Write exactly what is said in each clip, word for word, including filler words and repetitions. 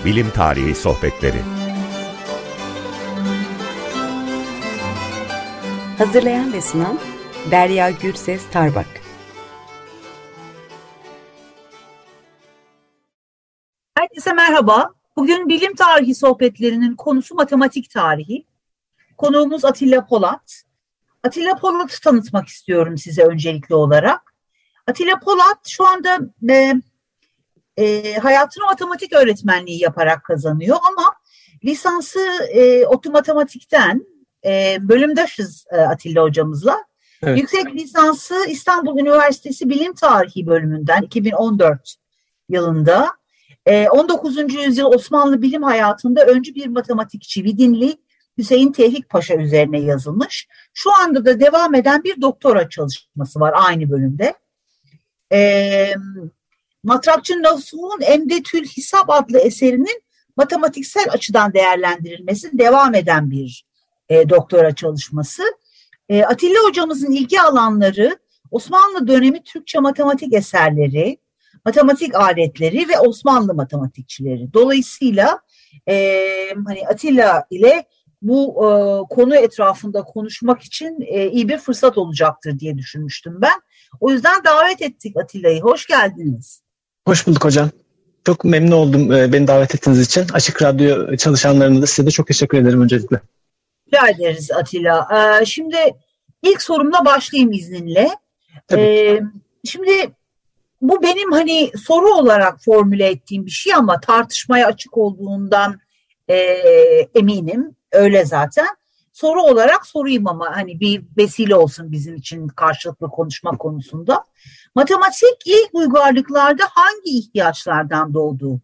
Bilim Tarihi Sohbetleri. Hazırlayan ve sunan Derya Gürses Tarbak. Herkese merhaba. Bugün bilim tarihi sohbetlerinin konusu matematik tarihi. Konuğumuz Atilla Polat. Atilla Polat'ı tanıtmak istiyorum size öncelikli olarak. Atilla Polat şu anda e, e, hayatını matematik öğretmenliği yaparak kazanıyor ama lisansı e, ODTÜ Matematik'ten e, bölümdaşız e, Atilla hocamızla. Evet. Yüksek lisansı İstanbul Üniversitesi Bilim Tarihi bölümünden iki bin on dört yılında. on dokuzuncu yüzyıl Osmanlı bilim hayatında öncü bir matematikçi Vidinli Hüseyin Tevfik Paşa üzerine yazılmış. Şu anda da devam eden bir doktora çalışması var aynı bölümde. E, Matrakçı Nasuh'un Emdetül Hisab adlı eserinin matematiksel açıdan değerlendirilmesi devam eden bir e, doktora çalışması. E, Atilla hocamızın ilgi alanları Osmanlı dönemi Türkçe matematik eserleri, matematik aletleri ve Osmanlı matematikçileri. Dolayısıyla e, hani Atilla ile bu e, konu etrafında konuşmak için e, iyi bir fırsat olacaktır diye düşünmüştüm ben. O yüzden davet ettik Atilla'yı. Hoş geldiniz. Hoş bulduk hocam. Çok memnun oldum e, beni davet ettiğiniz için. Açık Radyo çalışanlarına da size de çok teşekkür ederim öncelikle. Rica ederiz Atilla. E, şimdi ilk sorumla başlayayım izninle. E, şimdi bu benim hani soru olarak formüle ettiğim bir şey ama tartışmaya açık olduğundan e, eminim. Öyle zaten. Soru olarak sorayım ama hani bir vesile olsun bizim için karşılıklı konuşma konusunda. Matematik ilk uygarlıklarda hangi ihtiyaçlardan doğdu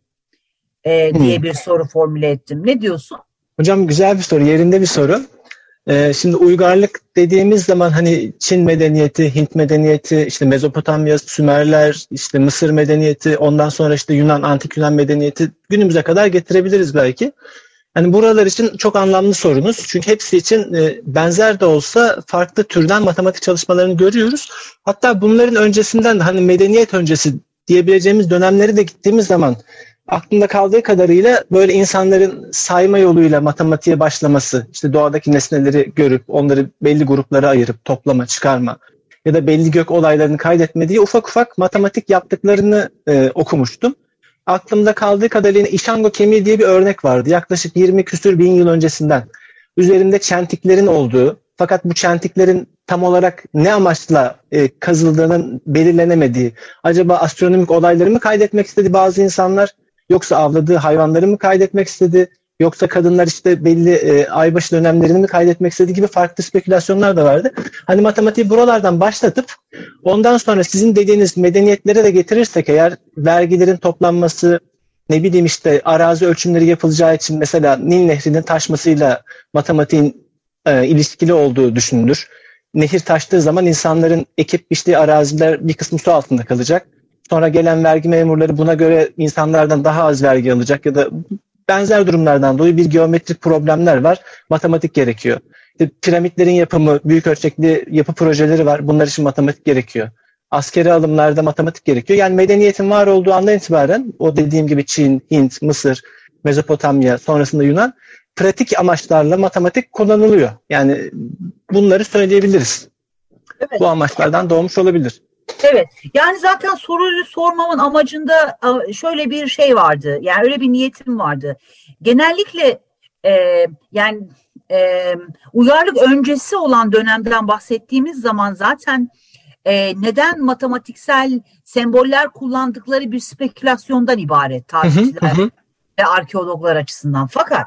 e, diye hmm. bir soru formüle ettim. Ne diyorsun? Hocam güzel bir soru, yerinde bir soru. Ee, şimdi uygarlık dediğimiz zaman hani Çin medeniyeti, Hint medeniyeti, işte Mezopotamya, Sümerler, işte Mısır medeniyeti, ondan sonra işte Yunan, Antik Yunan medeniyeti günümüze kadar getirebiliriz belki. Yani buralar için çok anlamlı sorunuz. Çünkü hepsi için e, benzer de olsa farklı türden matematik çalışmalarını görüyoruz. Hatta bunların öncesinden de hani medeniyet öncesi diyebileceğimiz dönemleri de gittiğimiz zaman aklımda kaldığı kadarıyla böyle insanların sayma yoluyla matematiğe başlaması, işte doğadaki nesneleri görüp onları belli gruplara ayırıp toplama, çıkarma ya da belli gök olaylarını kaydetme diye ufak ufak matematik yaptıklarını e, okumuştum. Aklımda kaldığı kadarıyla İşango kemiği diye bir örnek vardı. Yaklaşık yirmi küsür bin yıl öncesinden. Üzerinde çentiklerin olduğu, fakat bu çentiklerin tam olarak ne amaçla e, kazıldığının belirlenemediği, acaba astronomik olayları mı kaydetmek istedi bazı insanlar, yoksa avladığı hayvanları mı kaydetmek istedi, yoksa kadınlar işte belli e, aybaşı dönemlerini mi kaydetmek istedi gibi farklı spekülasyonlar da vardı. Hani matematiği buralardan başlatıp ondan sonra sizin dediğiniz medeniyetlere de getirirsek eğer vergilerin toplanması, ne bileyim işte arazi ölçümleri yapılacağı için mesela Nil Nehri'nin taşmasıyla matematiğin e, ilişkili olduğu düşünülür. Nehir taştığı zaman insanların ekip biçtiği araziler bir kısmı su altında kalacak. Sonra gelen vergi memurları buna göre insanlardan daha az vergi alacak ya da benzer durumlardan dolayı bir geometrik problemler var. Matematik gerekiyor. İşte piramitlerin yapımı, büyük ölçekli yapı projeleri var. Bunlar için matematik gerekiyor. Askeri alımlarda matematik gerekiyor. Yani medeniyetin var olduğu andan itibaren o dediğim gibi Çin, Hint, Mısır, Mezopotamya, sonrasında Yunan pratik amaçlarla matematik kullanılıyor. Yani bunları söyleyebiliriz. Evet. Bu amaçlardan doğmuş olabilir. Evet. Yani zaten soruyu sormamın amacında şöyle bir şey vardı. Yani öyle bir niyetim vardı. Genellikle e, yani e, uygarlık öncesi olan dönemden bahsettiğimiz zaman zaten e, neden matematiksel semboller kullandıkları bir spekülasyondan ibaret tarihçiler ve arkeologlar açısından. Fakat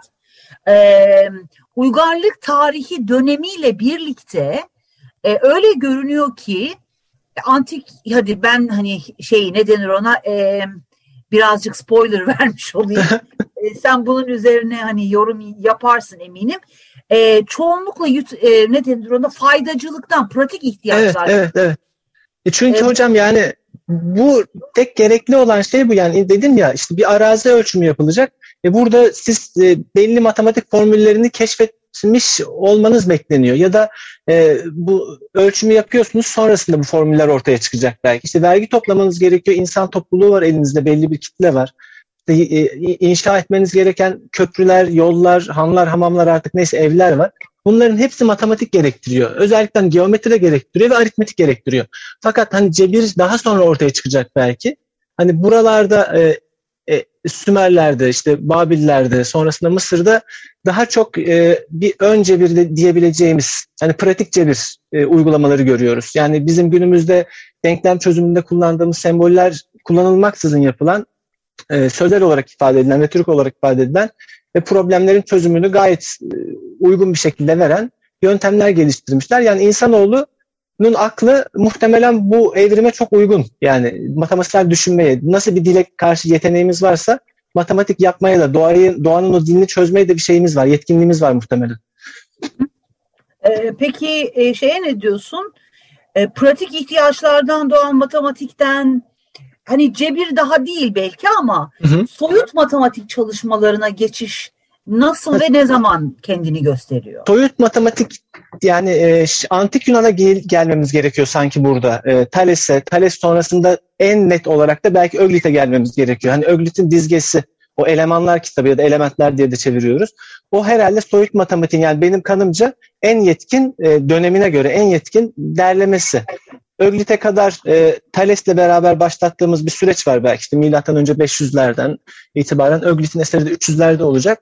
e, uygarlık tarihi dönemiyle birlikte e, öyle görünüyor ki antik, hadi ben hani şey ne denir ona e, birazcık spoiler vermiş olayım. e, sen bunun üzerine hani yorum yaparsın eminim. E, çoğunlukla yut, e, ne denir ona faydacılıktan, pratik ihtiyaçlar. Evet, evet, evet. E çünkü e, hocam yani bu tek gerekli olan şey bu. Yani dedim ya işte bir arazi ölçümü yapılacak. E burada siz e, belli matematik formüllerini keşfetmiş olmanız bekleniyor. Ya da e, bu ölçümü yapıyorsunuz, sonrasında bu formüller ortaya çıkacak belki. İşte vergi toplamanız gerekiyor. İnsan topluluğu var elinizde, belli bir kitle var. inşa etmeniz gereken köprüler, yollar, hanlar, hamamlar, artık neyse evler var. Bunların hepsi matematik gerektiriyor. Özellikle geometri de gerektiriyor ve aritmetik gerektiriyor. Fakat hani cebir daha sonra ortaya çıkacak belki. Hani buralarda e, e, Sümerler'de, işte Babillerde, sonrasında Mısır'da daha çok e, bir ön cebir de diyebileceğimiz, hani pratik cebir e, uygulamaları görüyoruz. Yani bizim günümüzde denklem çözümünde kullandığımız semboller kullanılmaksızın yapılan, e, sözel olarak ifade edilen, retorik olarak ifade edilen ve problemlerin çözümünü gayet e, uygun bir şekilde veren yöntemler geliştirmişler. Yani insanoğlunun aklı muhtemelen bu evrime çok uygun. Yani matematiksel düşünmeye, nasıl bir dile karşı yeteneğimiz varsa matematik yapmaya da, doğayı, doğanın o dilini çözmeye de bir şeyimiz var, yetkinliğimiz var muhtemelen. Ee, peki e, şeye ne diyorsun? E, pratik ihtiyaçlardan doğan matematikten, hani cebir daha değil belki ama hı hı. soyut matematik çalışmalarına geçiş nasıl ve ne zaman kendini gösteriyor? Soyut matematik, yani e, antik Yunan'a gel, gelmemiz gerekiyor sanki burada. E, Thales'e, Thales sonrasında en net olarak da belki Öklit'e gelmemiz gerekiyor. Hani Öklit'in dizgesi, o elemanlar kitabı ya da elementler diye de çeviriyoruz. O herhalde soyut matematiğin, yani benim kanımca en yetkin e, dönemine göre en yetkin derlemesi. Öklit'e kadar e, Thales'le beraber başlattığımız bir süreç var belki. İşte milattan önce beş yüzlerden itibaren Öklit'in eseri de üç yüzlerde olacak.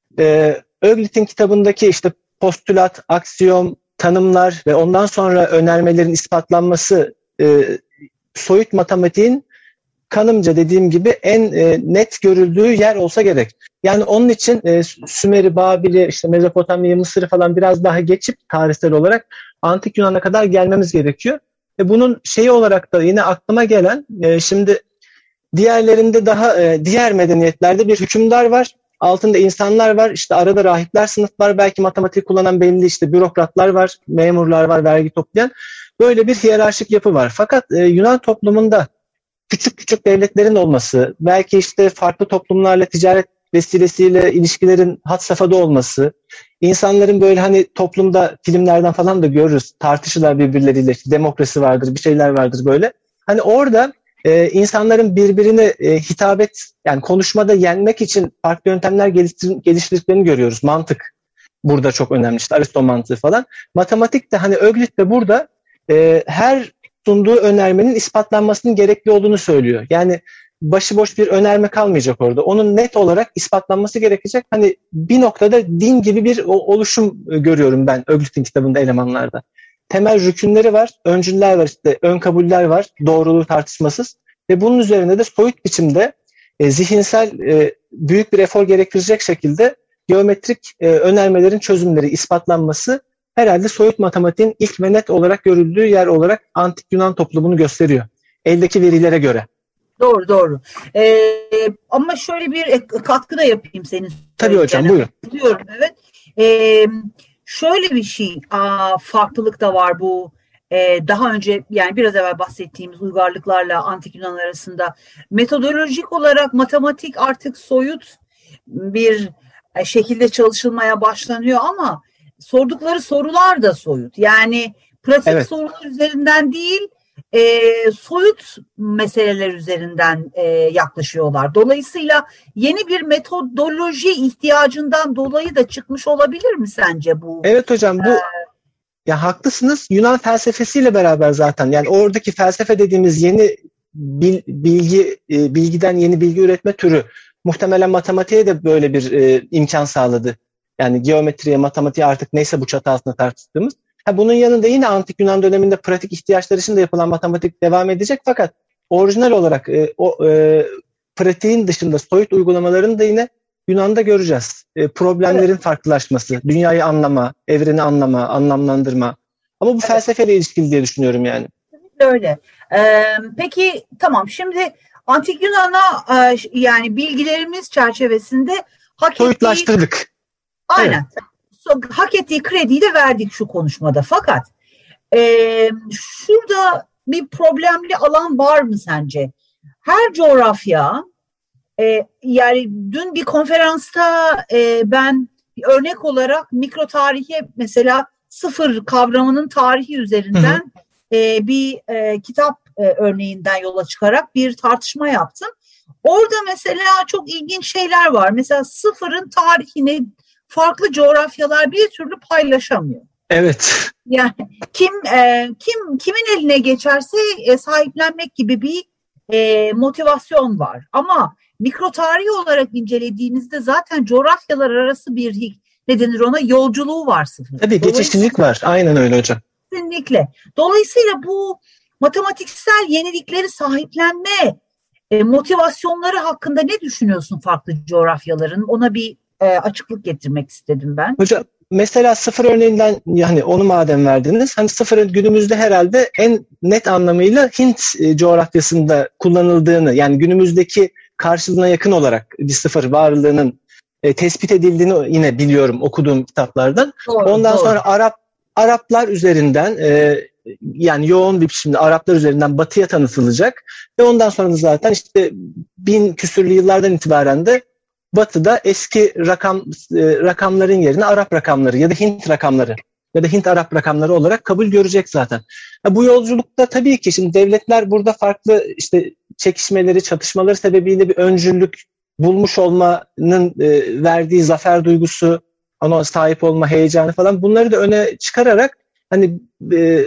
Ee, Öklit'in kitabındaki işte postülat, aksiyom, tanımlar ve ondan sonra önermelerin ispatlanması e, soyut matematiğin kanımca dediğim gibi en e, net görüldüğü yer olsa gerek. Yani onun için e, Sümer'i, Babil'i, işte Mezopotamya'yı, Mısır'ı falan biraz daha geçip tarihsel olarak antik Yunan'a kadar gelmemiz gerekiyor. Ve bunun şeyi olarak da yine aklıma gelen, e, şimdi diğerlerinde daha e, diğer medeniyetlerde bir hükümdar var. Altında insanlar var, işte arada rahipler sınıf var, belki matematik kullanan belli işte bürokratlar var, memurlar var, vergi toplayan. Böyle bir hiyerarşik yapı var. Fakat e, Yunan toplumunda küçük küçük devletlerin olması, belki işte farklı toplumlarla ticaret vesilesiyle ilişkilerin had safhada olması, insanların böyle hani toplumda filmlerden falan da görürüz, tartışırlar birbirleriyle, işte demokrasi vardır, bir şeyler vardır böyle. Hani orada Ee, insanların birbirine e, hitabet, yani konuşmada yenmek için farklı yöntemler geliştir, geliştirdiklerini görüyoruz. Mantık burada çok önemli. İşte Aristo mantığı falan. Matematik de hani Öklit de burada e, her sunduğu önermenin ispatlanmasının gerekli olduğunu söylüyor. Yani başıboş bir önerme kalmayacak orada. Onun net olarak ispatlanması gerekecek. Hani bir noktada din gibi bir oluşum görüyorum ben Öklit'in kitabında, elemanlarda. Temel rükünleri var, öncüller var, işte ön kabuller var, doğruluğu tartışmasız ve bunun üzerine de soyut biçimde e, zihinsel e, büyük bir efor gerektirecek şekilde geometrik e, önermelerin çözümleri, ispatlanması herhalde soyut matematiğin ilk ve net olarak görüldüğü yer olarak antik Yunan toplumunu gösteriyor. Eldeki verilere göre. Doğru doğru. Ee, ama şöyle bir katkı da yapayım senin. Tabii hocam, buyurun. Diyorum, evet. Ee, Şöyle bir şey, aa, farklılık da var bu e, daha önce, yani biraz evvel bahsettiğimiz uygarlıklarla antik Yunan arasında. Metodolojik olarak matematik artık soyut bir e, şekilde çalışılmaya başlanıyor ama sordukları sorular da soyut. Yani pratik evet. sorular üzerinden değil, e, soyut meseleler üzerinden e, yaklaşıyorlar. Dolayısıyla yeni bir metodoloji ihtiyacından dolayı da çıkmış olabilir mi sence bu? Evet hocam, bu ee, ya haklısınız. Yunan felsefesiyle beraber zaten, yani oradaki felsefe dediğimiz yeni bil, bilgi e, bilgiden yeni bilgi üretme türü muhtemelen matematiğe de böyle bir e, imkan sağladı. Yani geometriye, matematiğe, artık neyse bu çatı altında tartıştığımız. Ha, bunun yanında yine antik Yunan döneminde pratik ihtiyaçlar için de yapılan matematik devam edecek, fakat orijinal olarak e, o e, pratiğin dışında soyut uygulamalarını da yine Yunan'da göreceğiz. E, problemlerin evet. farklılaşması, dünyayı anlama, evreni anlama, anlamlandırma. Ama bu evet. felsefeyle ilişkili diye düşünüyorum yani. Öyle. Ee, peki tamam, şimdi antik Yunan'a e, yani bilgilerimiz çerçevesinde hak soyutlaştırdık. Ettiği... Aynen. Evet. Hak ettiği krediyi de verdik şu konuşmada. Fakat e, şurada bir problemli alan var mı sence? Her coğrafya, e, yani dün bir konferansta e, ben bir örnek olarak mikro tarihe, mesela sıfır kavramının tarihi üzerinden hı hı. E, bir e, kitap e, örneğinden yola çıkarak bir tartışma yaptım. Orada mesela çok ilginç şeyler var. Mesela sıfırın tarihini farklı coğrafyalar bir türlü paylaşamıyor. Evet. Yani kim e, kim kimin eline geçerse e, sahiplenmek gibi bir e, motivasyon var. Ama mikro tarih olarak incelediğinizde zaten coğrafyalar arası bir ne denir ona yolculuğu var sıfır. Tabii geçişlilik var. Aynen öyle hocam. Kesinlikle. Dolayısıyla bu matematiksel yenilikleri sahiplenme e, motivasyonları hakkında ne düşünüyorsun farklı coğrafyaların? Ona bir e, açıklık getirmek istedim ben. Hocam mesela sıfır örneğinden yani onu madem verdiniz. Hani sıfırın günümüzde herhalde en net anlamıyla Hint e, coğrafyasında kullanıldığını yani günümüzdeki karşılığına yakın olarak bir sıfır varlığının e, tespit edildiğini yine biliyorum okuduğum kitaplardan. Doğru, Ondan doğru. sonra Arap Araplar üzerinden e, yani yoğun bir biçimde Araplar üzerinden batıya tanıtılacak ve ondan sonra da zaten işte bin küsürlü yıllardan itibaren de batıda eski rakam e, rakamların yerine Arap rakamları ya da Hint rakamları ya da Hint Arap rakamları olarak kabul görecek zaten. Ya bu yolculukta tabii ki şimdi devletler burada farklı işte çekişmeleri, çatışmaları sebebiyle bir öncüllük bulmuş olmanın e, verdiği zafer duygusu, ona sahip olma heyecanı falan bunları da öne çıkararak hani e,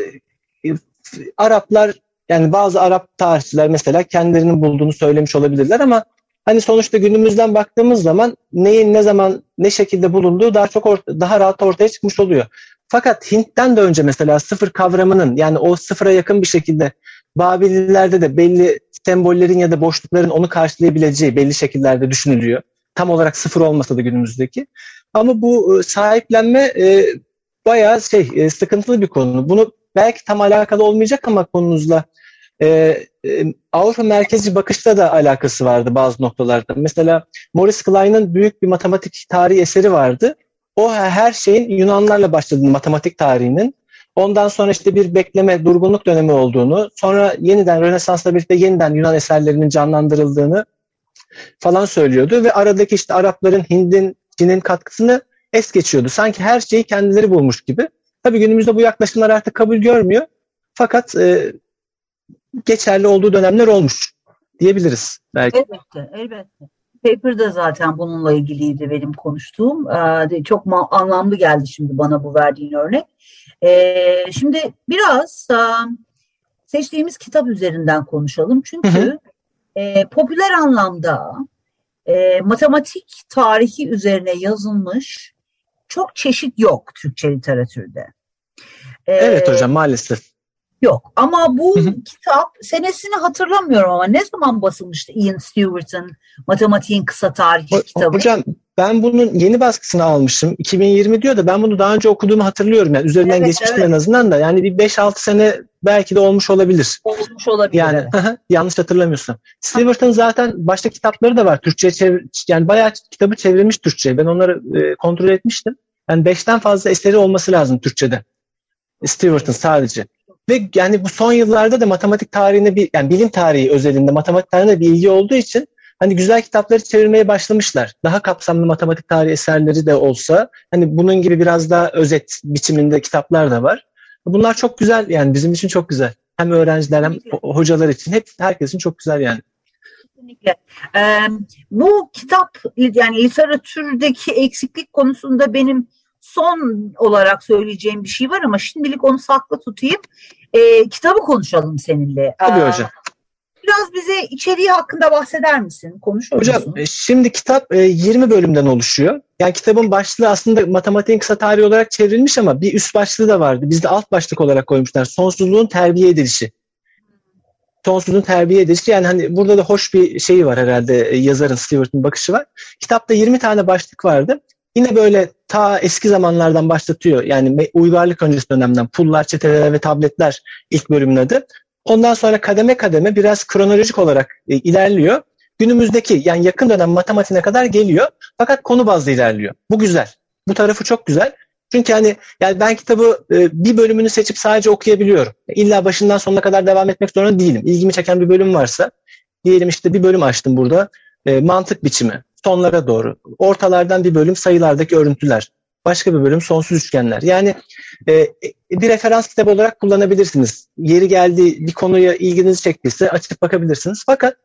Araplar yani bazı Arap tarihçiler mesela kendilerinin bulduğunu söylemiş olabilirler ama hani sonuçta günümüzden baktığımız zaman neyin ne zaman ne şekilde bulunduğu daha çok orta, daha rahat ortaya çıkmış oluyor. Fakat Hint'ten de önce mesela sıfır kavramının yani o sıfıra yakın bir şekilde Babililerde de belli sembollerin ya da boşlukların onu karşılayabileceği belli şekillerde düşünülüyor. Tam olarak sıfır olmasa da günümüzdeki. Ama bu sahiplenme e, bayağı şey e, sıkıntılı bir konu. Bunu belki tam alakalı olmayacak ama konunuzla e, e, Avrupa merkezci bakışta da alakası vardı bazı noktalarda. Mesela Maurice Klein'in büyük bir matematik tarihi eseri vardı. O her şeyin Yunanlarla başladığını, matematik tarihinin. Ondan sonra işte bir bekleme, durgunluk dönemi olduğunu, sonra yeniden Rönesans'la birlikte yeniden Yunan eserlerinin canlandırıldığını falan söylüyordu. Ve aradaki işte Arapların, Hind'in, Çin'in katkısını es geçiyordu. Sanki her şeyi kendileri bulmuş gibi. Tabii günümüzde bu yaklaşımlar artık kabul görmüyor. Fakat e, geçerli olduğu dönemler olmuş diyebiliriz belki. Elbette, elbette. Paper'da zaten bununla ilgiliydi benim konuştuğum. Ee, çok ma- anlamlı geldi şimdi bana bu verdiğin örnek. Ee, şimdi biraz um, seçtiğimiz kitap üzerinden konuşalım. Çünkü hı hı. E, popüler anlamda e, matematik tarihi üzerine yazılmış çok çeşit yok Türkçe literatürde. Ee, evet hocam maalesef. Yok ama bu hı hı. kitap senesini hatırlamıyorum ama ne zaman basılmıştı Ian Stewart'ın Matematiğin Kısa Tarihi o, kitabı? Hocam ben bunun yeni baskısını almışım. iki bin yirmi diyor da ben bunu daha önce okuduğumu hatırlıyorum. Yani üzerinden evet, geçmiştim evet. en azından da. Yani bir beş altı sene belki de olmuş olabilir. Olmuş olabilir. Yani evet. yanlış hatırlamıyorsam. Stewart'ın zaten başka kitapları da var. Türkçe çevir, yani bayağı kitabı çevrilmiş Türkçe. Ben onları e, kontrol etmiştim. Yani beşten fazla eseri olması lazım Türkçe'de. Stewart'ın sadece. Ve yani bu son yıllarda da matematik tarihine bir yani bilim tarihi özelinde matematik tarihine bir ilgi olduğu için hani güzel kitapları çevirmeye başlamışlar. Daha kapsamlı matematik tarihi eserleri de olsa hani bunun gibi biraz daha özet biçiminde kitaplar da var. Bunlar çok güzel yani bizim için çok güzel. Hem öğrenciler hem hocalar için hep herkes için çok güzel yani. Kesinlikle. Ee, bu kitap yani literatürdeki eksiklik konusunda benim son olarak söyleyeceğim bir şey var ama şimdilik onu saklı tutayım. Ee, kitabı konuşalım seninle. Tabii ee, hocam. Biraz bize içeriği hakkında bahseder misin? Konuşur Hocam musun? şimdi kitap yirmi bölümden oluşuyor. Yani kitabın başlığı aslında matematiğin kısa tarihi olarak çevrilmiş ama bir üst başlığı da vardı. Bizde alt başlık olarak koymuşlar. Sonsuzluğun terbiye edilişi. Sonsuzluğun terbiye edilişi. Yani hani burada da hoş bir şeyi var herhalde yazarın Stewart'ın bakışı var. Kitapta yirmi tane başlık vardı. Yine böyle ta eski zamanlardan başlatıyor. Yani uygarlık öncesi dönemden pullar, çeteler ve tabletler ilk bölümün adı. Ondan sonra kademe kademe biraz kronolojik olarak e, ilerliyor. Günümüzdeki yani yakın dönem matematiğine kadar geliyor. Fakat konu bazlı ilerliyor. Bu güzel. Bu tarafı çok güzel. Çünkü hani yani ben kitabı e, bir bölümünü seçip sadece okuyabiliyorum. İlla başından sonuna kadar devam etmek zorunda değilim. İlgimi çeken bir bölüm varsa diyelim işte bir bölüm açtım burada. E, mantık biçimi. Sonlara doğru. Ortalardan bir bölüm sayılardaki örüntüler. Başka bir bölüm sonsuz üçgenler. Yani e, bir referans kitabı olarak kullanabilirsiniz. Yeri geldiği bir konuya ilginizi çektiyse açıp bakabilirsiniz. Fakat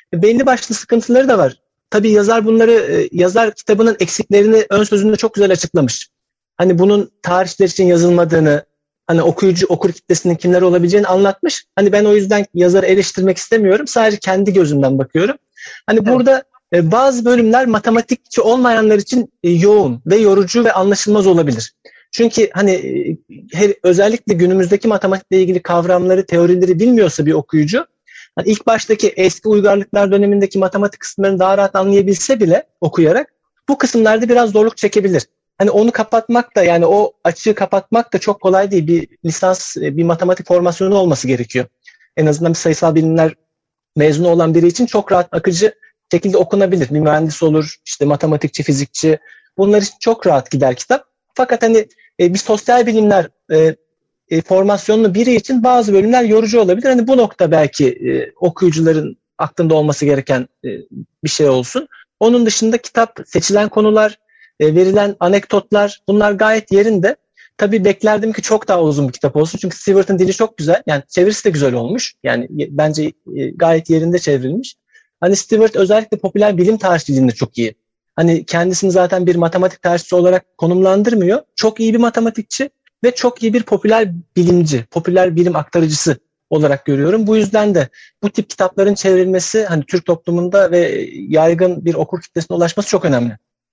belli başlı sıkıntıları da var. Tabii yazar bunları, yazar kitabının eksiklerini ön sözünde çok güzel açıklamış. Hani bunun tarihler için yazılmadığını, hani okuyucu, okur kitlesinin kimler olabileceğini anlatmış. Hani ben o yüzden yazarı eleştirmek istemiyorum. Sadece kendi gözümden bakıyorum. Hani evet. Burada e, bazı bölümler matematikçi olmayanlar için e, yoğun ve yorucu ve anlaşılmaz olabilir. Çünkü hani e, her, özellikle günümüzdeki matematikle ilgili kavramları, teorileri bilmiyorsa bir okuyucu, hani ilk baştaki eski uygarlıklar dönemindeki matematik kısımlarını daha rahat anlayabilse bile okuyarak bu kısımlarda biraz zorluk çekebilir. Hani onu kapatmak da, yani o açığı kapatmak da çok kolay değil. Bir lisans, bir matematik formasyonu olması gerekiyor. En azından bir sayısal bilimler mezunu olan biri için çok rahat, akıcı şekilde okunabilir. Bir mühendis olur, işte matematikçi, fizikçi. Bunlar için çok rahat gider kitap. Fakat hani e, bir sosyal bilimler e, e, formasyonlu biri için bazı bölümler yorucu olabilir. Hani bu nokta belki e, okuyucuların aklında olması gereken e, bir şey olsun. Onun dışında kitap, seçilen konular, verilen anekdotlar, bunlar gayet yerinde. Tabii beklerdim ki çok daha uzun bir kitap olsun. Çünkü Stewart'ın dili çok güzel. Yani çevirisi de güzel olmuş. Yani bence gayet yerinde çevrilmiş. Hani Stewart özellikle popüler bilim tarihçiliğinde çok iyi. Hani kendisini zaten bir matematik tarihçisi olarak konumlandırmıyor. Çok iyi bir matematikçi ve çok iyi bir popüler bilimci, popüler bilim aktarıcısı olarak görüyorum. Bu yüzden de bu tip kitapların çevrilmesi, hani Türk toplumunda ve yaygın bir okur kitlesine ulaşması çok önemli.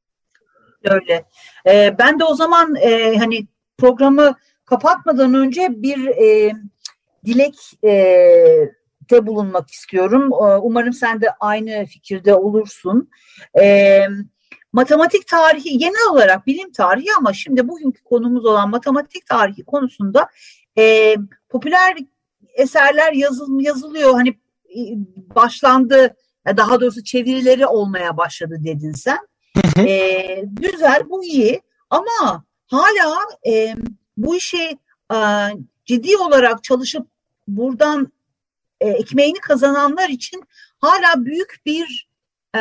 Öyle. Ee, ben de o zaman e, hani programı kapatmadan önce bir e, dilek e, de bulunmak istiyorum. Umarım sen de aynı fikirde olursun. E, matematik tarihi, genel olarak bilim tarihi, ama şimdi bugünkü konumuz olan matematik tarihi konusunda e, popüler eserler yazıl, yazılıyor. Hani e, başlandı, daha doğrusu çevirileri olmaya başladı dedin sen. Ee, güzel, bu iyi, ama hala e, bu işi e, ciddi olarak çalışıp buradan e, ekmeğini kazananlar için hala büyük bir e,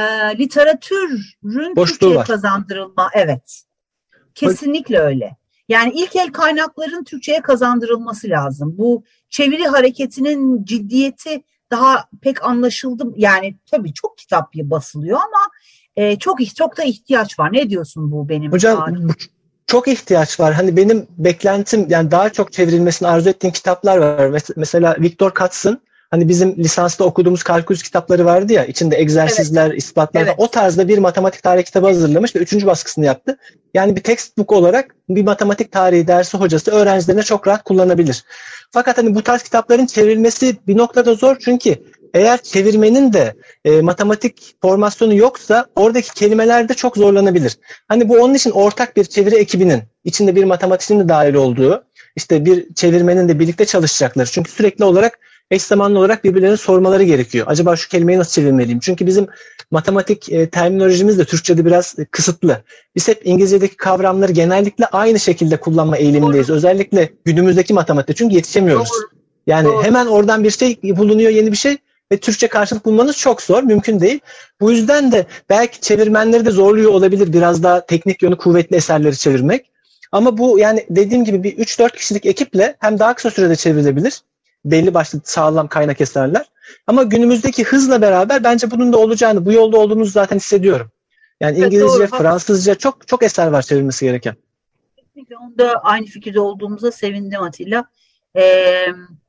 literatürün Türkçe'ye kazandırılma. Evet, kesinlikle öyle. Yani ilk el kaynakların Türkçe'ye kazandırılması lazım. Bu çeviri hareketinin ciddiyeti daha pek anlaşıldı. Yani tabii çok kitap basılıyor ama Ee, çok çok da ihtiyaç var. Ne diyorsun bu benim? Hocam bu, çok ihtiyaç var. Hani benim beklentim, yani daha çok çevrilmesini arzu ettiğim kitaplar var. Mesela Victor Katz'ın, hani bizim lisansta okuduğumuz kalkülüs kitapları vardı ya, içinde egzersizler, evet. ispatlar, evet. o tarzda bir matematik tarihi kitabı hazırlamış ve üçüncü baskısını yaptı. Yani bir textbook olarak bir matematik tarihi dersi hocası öğrencilerine çok rahat kullanabilir. Fakat hani bu tarz kitapların çevrilmesi bir noktada zor, çünkü eğer çevirmenin de e, matematik formasyonu yoksa oradaki kelimeler de çok zorlanabilir. Hani bu onun için ortak bir çeviri ekibinin, içinde bir matematikçinin de dahil olduğu, işte bir çevirmenin de birlikte çalışacakları. Çünkü sürekli olarak, eş zamanlı olarak birbirlerine sormaları gerekiyor. Acaba şu kelimeyi nasıl çevirmeliyim? Çünkü bizim matematik e, terminolojimiz de Türkçe'de biraz e, kısıtlı. Biz hep İngilizce'deki kavramları genellikle aynı şekilde kullanma eğilimindeyiz. Doğru. Özellikle günümüzdeki matematikte, çünkü yetişemiyoruz. Doğru. Yani Doğru. hemen oradan bir şey bulunuyor, yeni bir şey. Ve Türkçe karşılık bulmanız çok zor, mümkün değil. Bu yüzden de belki çevirmenleri de zorluyor olabilir biraz daha teknik yönü kuvvetli eserleri çevirmek. Ama bu, yani dediğim gibi bir üç dört kişilik ekiple hem daha kısa sürede çevrilebilir. Belli başlı sağlam kaynak eserler. Ama günümüzdeki hızla beraber bence bunun da olacağını, bu yolda olduğumuzu zaten hissediyorum. Yani evet, İngilizce, doğru, Fransızca çok çok eser var çevrilmesi gereken. Kesinlikle, onda aynı fikirde olduğumuza sevindim Atilla. Ee,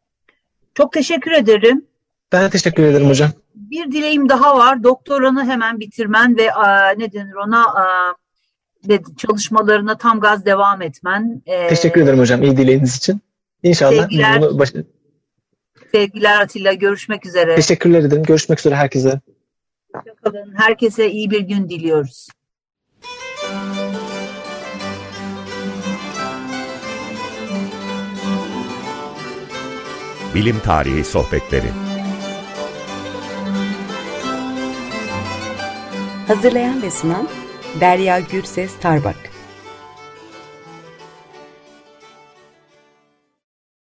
çok teşekkür ederim. Ben teşekkür ederim hocam. Bir dileğim daha var. Doktoranı hemen bitirmen ve a, ne denir ona, a, çalışmalarına tam gaz devam etmen. E, teşekkür ederim hocam, iyi dileğiniz için. İnşallah. Sevgiler, bunu baş... sevgiler Atilla. Görüşmek üzere. Teşekkürler ederim. Görüşmek üzere herkese. Herkese iyi bir gün diliyoruz. Bilim Tarihi Sohbetleri. Hazırlayan ve sunan Derya Gürses Tarbak.